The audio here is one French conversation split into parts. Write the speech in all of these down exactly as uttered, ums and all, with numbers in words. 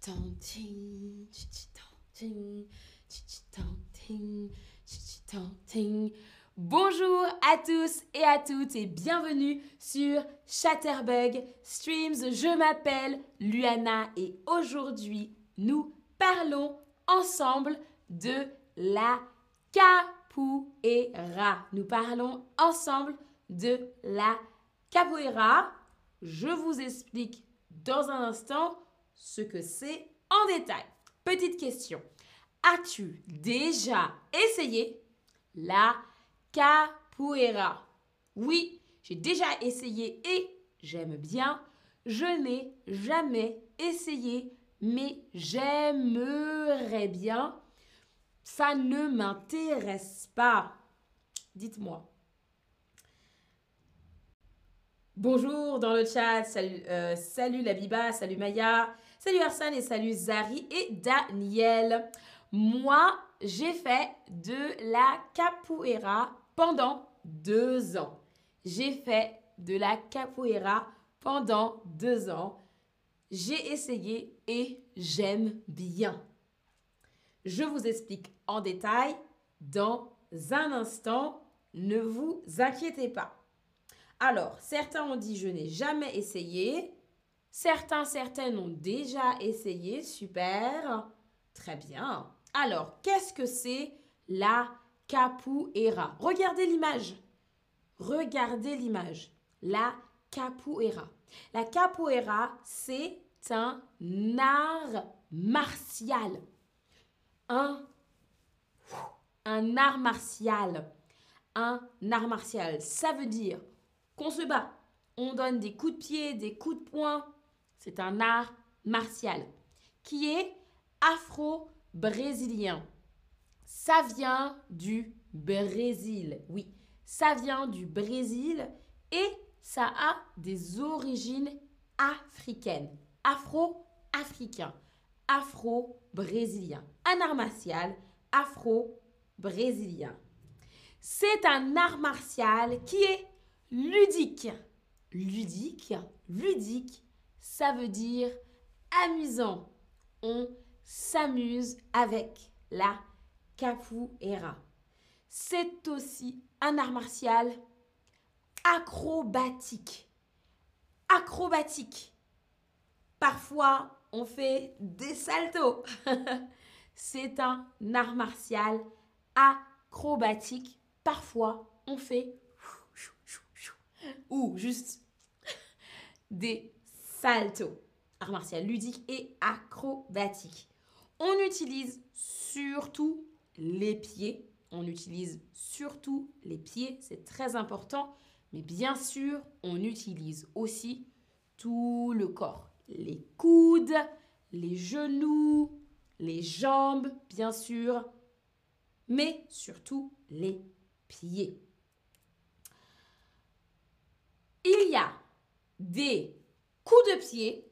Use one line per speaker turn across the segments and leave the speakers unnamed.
Chichitanting, chichitanting, chichitanting, chichitanting. Bonjour à tous et à toutes et bienvenue sur Chatterbug Streams. Je m'appelle Luana et aujourd'hui nous parlons ensemble de la capoeira. Nous parlons ensemble de la capoeira. Je vous explique dans un instant ce que c'est en détail. Petite question. As-tu déjà essayé la capoeira? Oui, j'ai déjà essayé et j'aime bien. Je n'ai jamais essayé, mais j'aimerais bien. Ça ne m'intéresse pas. Dites-moi. Bonjour dans le chat. Salut, euh, salut Labiba, salut Maya, salut Arsène et salut Zari et Daniel. Moi, j'ai fait de la capoeira pendant deux ans. J'ai fait de la capoeira pendant deux ans. J'ai essayé et j'aime bien. Je vous explique en détail dans un instant. Ne vous inquiétez pas. Alors, certains ont dit je n'ai jamais essayé. Certains, certaines ont déjà essayé. Super. Très bien. Alors, qu'est-ce que c'est la capoeira? Regardez l'image. Regardez l'image. La capoeira. La capoeira, c'est un art martial. Un, un art martial. Un art martial. Ça veut dire qu'on se bat. On donne des coups de pied, des coups de poing. C'est un art martial qui est afro-brésilien. Ça vient du Brésil. Oui, ça vient du Brésil et ça a des origines africaines. Afro-africain. Afro-brésilien. Un art martial afro-brésilien. C'est un art martial qui est ludique. Ludique, ludique, ça veut dire amusant. On s'amuse avec la capoeira. C'est aussi un art martial acrobatique. Acrobatique. Parfois, on fait des saltos. C'est un art martial acrobatique. Parfois, on fait ou juste des saltos. Art martial ludique et acrobatique. On utilise surtout les pieds. On utilise surtout les pieds, c'est très important. Mais bien sûr, on utilise aussi tout le corps. Les coudes, les genoux, les jambes, bien sûr. Mais surtout les pieds. Il y a des coups de pied,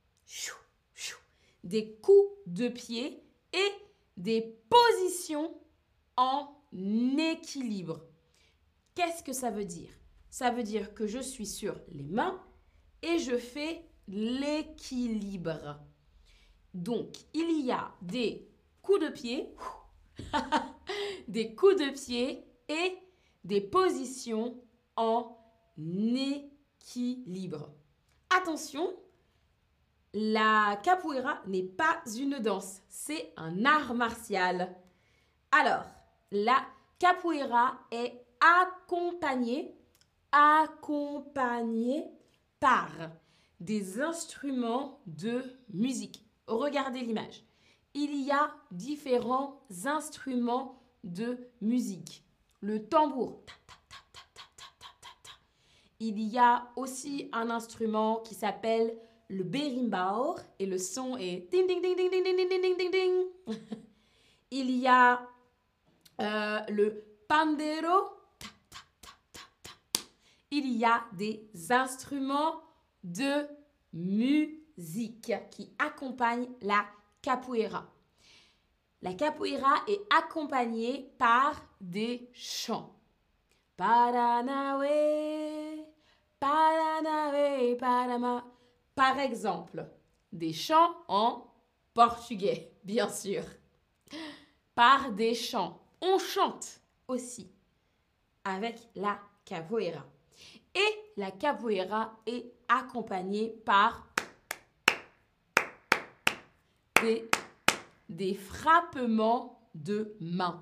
des coups de pied et des positions en équilibre. Qu'est-ce que ça veut dire? Ça veut dire que je suis sur les mains et je fais l'équilibre. Donc, il y a des coups de pied, des coups de pied et des positions en équilibre. Attention, la capoeira n'est pas une danse, c'est un art martial. Alors, la capoeira est accompagnée, accompagnée par des instruments de musique. Regardez l'image. Il y a différents instruments de musique. Le tambour. Il y a aussi un instrument qui s'appelle le berimbau et le son est ding ding ding ding ding ding ding ding ding ding. Il y a euh, le pandero. Il y a des instruments de musique qui accompagnent la capoeira. La capoeira est accompagnée par des chants. Paranauê, Paranauê, Parama. Par exemple, des chants en portugais, bien sûr. Par des chants. On chante aussi avec la capoeira. Et la capoeira est accompagnée par des, des frappements de mains.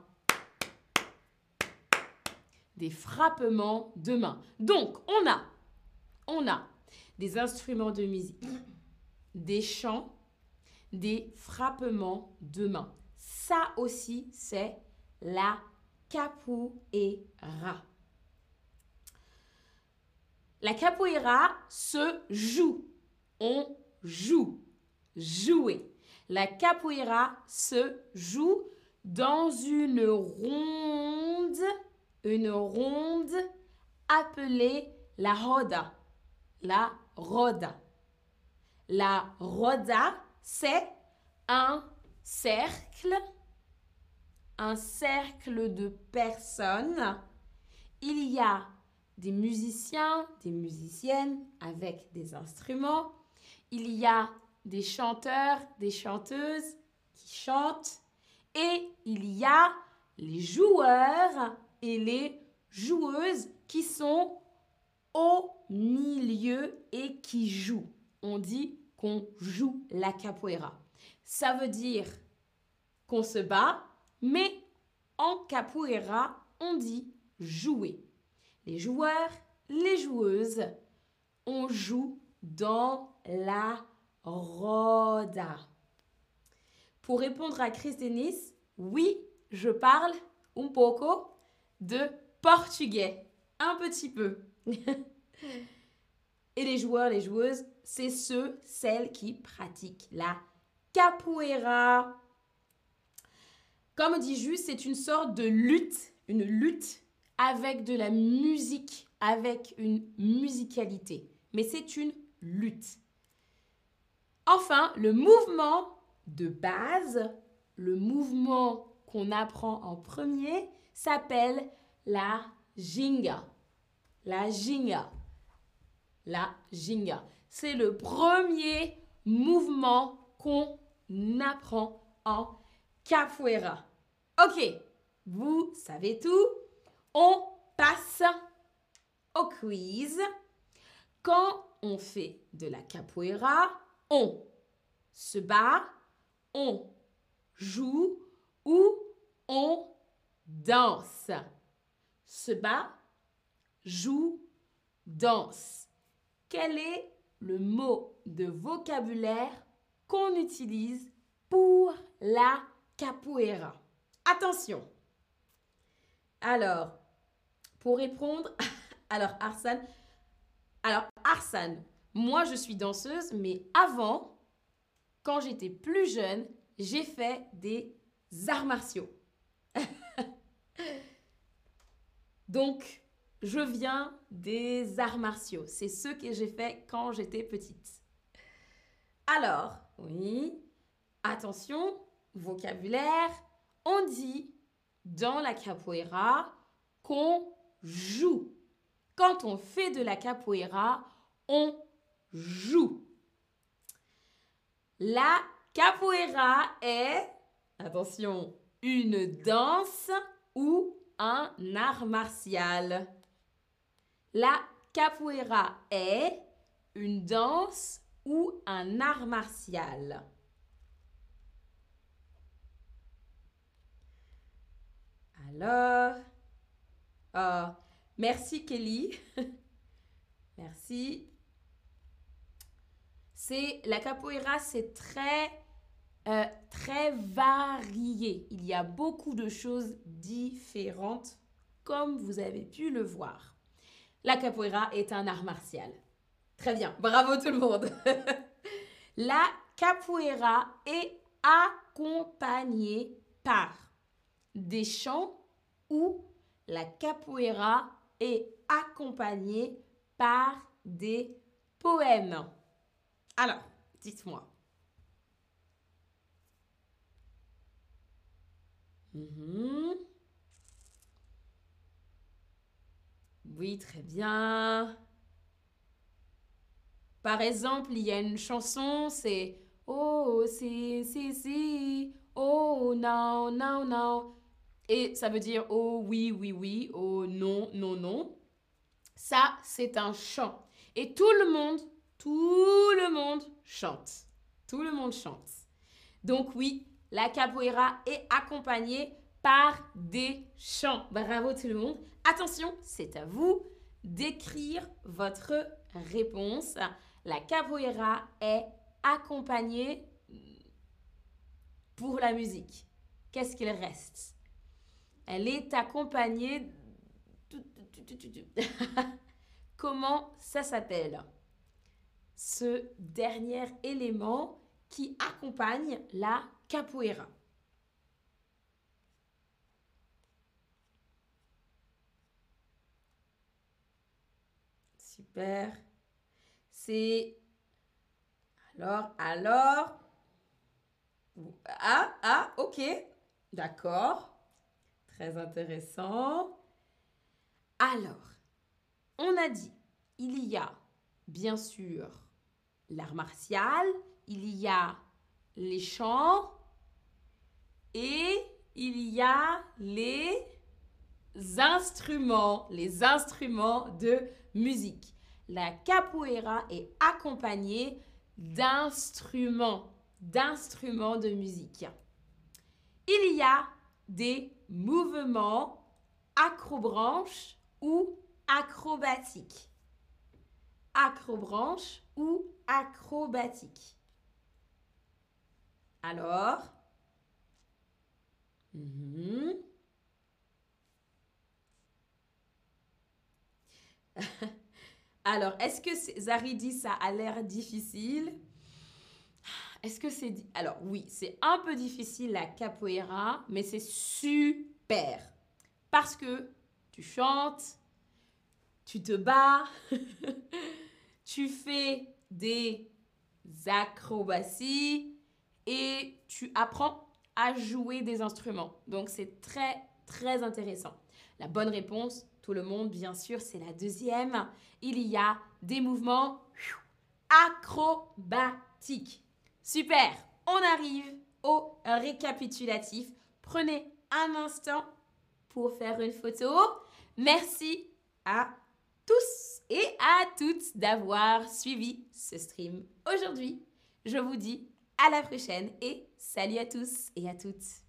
Des frappements de mains. Donc, on a, on a des instruments de musique, des chants, des frappements de mains. Ça aussi, c'est la capoeira. La capoeira se joue. On joue. Jouer. La capoeira se joue dans une ronde, une ronde appelée la roda. La roda. La roda, c'est un cercle, un cercle de personnes. Il y a des musiciens, des musiciennes avec des instruments. Il y a des chanteurs, des chanteuses qui chantent. Et il y a les joueurs et les joueuses qui sont au milieu et qui jouent. On dit qu'on joue la capoeira. Ça veut dire qu'on se bat, mais en capoeira, on dit jouer. Les joueurs, les joueuses, on joue dans la roda. Pour répondre à Chris Denis, oui, je parle un poco de portugais. Un petit peu. Et les joueurs, les joueuses, c'est ceux, celles qui pratiquent la capoeira. Comme dit juste, c'est une sorte de lutte, une lutte avec de la musique, avec une musicalité. Mais c'est une lutte. Enfin, le mouvement de base, le mouvement qu'on apprend en premier, s'appelle la ginga. La ginga. La ginga. C'est le premier mouvement qu'on apprend en capoeira. Ok, vous savez tout. On passe au quiz. Quand on fait de la capoeira, on se bat, on joue ou on danse. Se bat, joue, danse. Quel est le mot de vocabulaire qu'on utilise pour la capoeira? Attention. Alors, pour répondre, alors Arsane, alors Arsane, moi je suis danseuse, mais avant, quand j'étais plus jeune, j'ai fait des arts martiaux. Donc, je viens des arts martiaux. C'est ce que j'ai fait quand j'étais petite. Alors, oui, attention, vocabulaire, on dit dans la capoeira qu'on joue. Quand on fait de la capoeira, on joue. La capoeira est, attention, une danse ou un art martial. La capoeira est une danse ou un art martial. Alors, oh, merci Kelly. Merci. C'est la capoeira, c'est très euh, très varié. Il y a beaucoup de choses différentes, comme vous avez pu le voir. La capoeira est un art martial. Très bien, bravo tout le monde. La capoeira est accompagnée par des chants ou la capoeira est accompagnée par des poèmes. Alors, dites-moi. Mmh. Oui, très bien. Par exemple, il y a une chanson, c'est Oh, si, si, si. Oh, non, non, non. Et ça veut dire oh, oui, oui, oui. Oh, non, non, non. Ça, c'est un chant. Et tout le monde, tout le monde chante. Tout le monde chante. Donc oui, la capoeira est accompagnée par des chants. Bravo tout le monde. Attention, c'est à vous d'écrire votre réponse. La capoeira est accompagnée pour la musique. Qu'est-ce qu'il reste? Elle est accompagnée... Comment ça s'appelle? Ce dernier élément qui accompagne la capoeira. Super. C'est... Alors, alors... Ah, ah, ok. D'accord. Très intéressant. Alors, on a dit, il y a bien sûr l'art martial, il y a les chants et il y a les instruments, les instruments de musique. La capoeira est accompagnée d'instruments, d'instruments de musique. Il y a des mouvements acrobranches ou acrobatiques. Acrobranche ou acrobatique. Alors, mm-hmm. Alors, est-ce que Zari dit ça a l'air difficile? Est-ce que c'est... Alors, oui, c'est un peu difficile la capoeira, mais c'est super. Parce que tu chantes, tu te bats, tu fais des acrobaties et tu apprends à jouer des instruments. Donc, c'est très, très intéressant. La bonne réponse, tout le monde, bien sûr, c'est la deuxième. Il y a des mouvements acrobatiques. Super, on arrive au récapitulatif. Prenez un instant pour faire une photo. Merci à tous et à toutes d'avoir suivi ce stream aujourd'hui. Je vous dis à la prochaine et salut à tous et à toutes.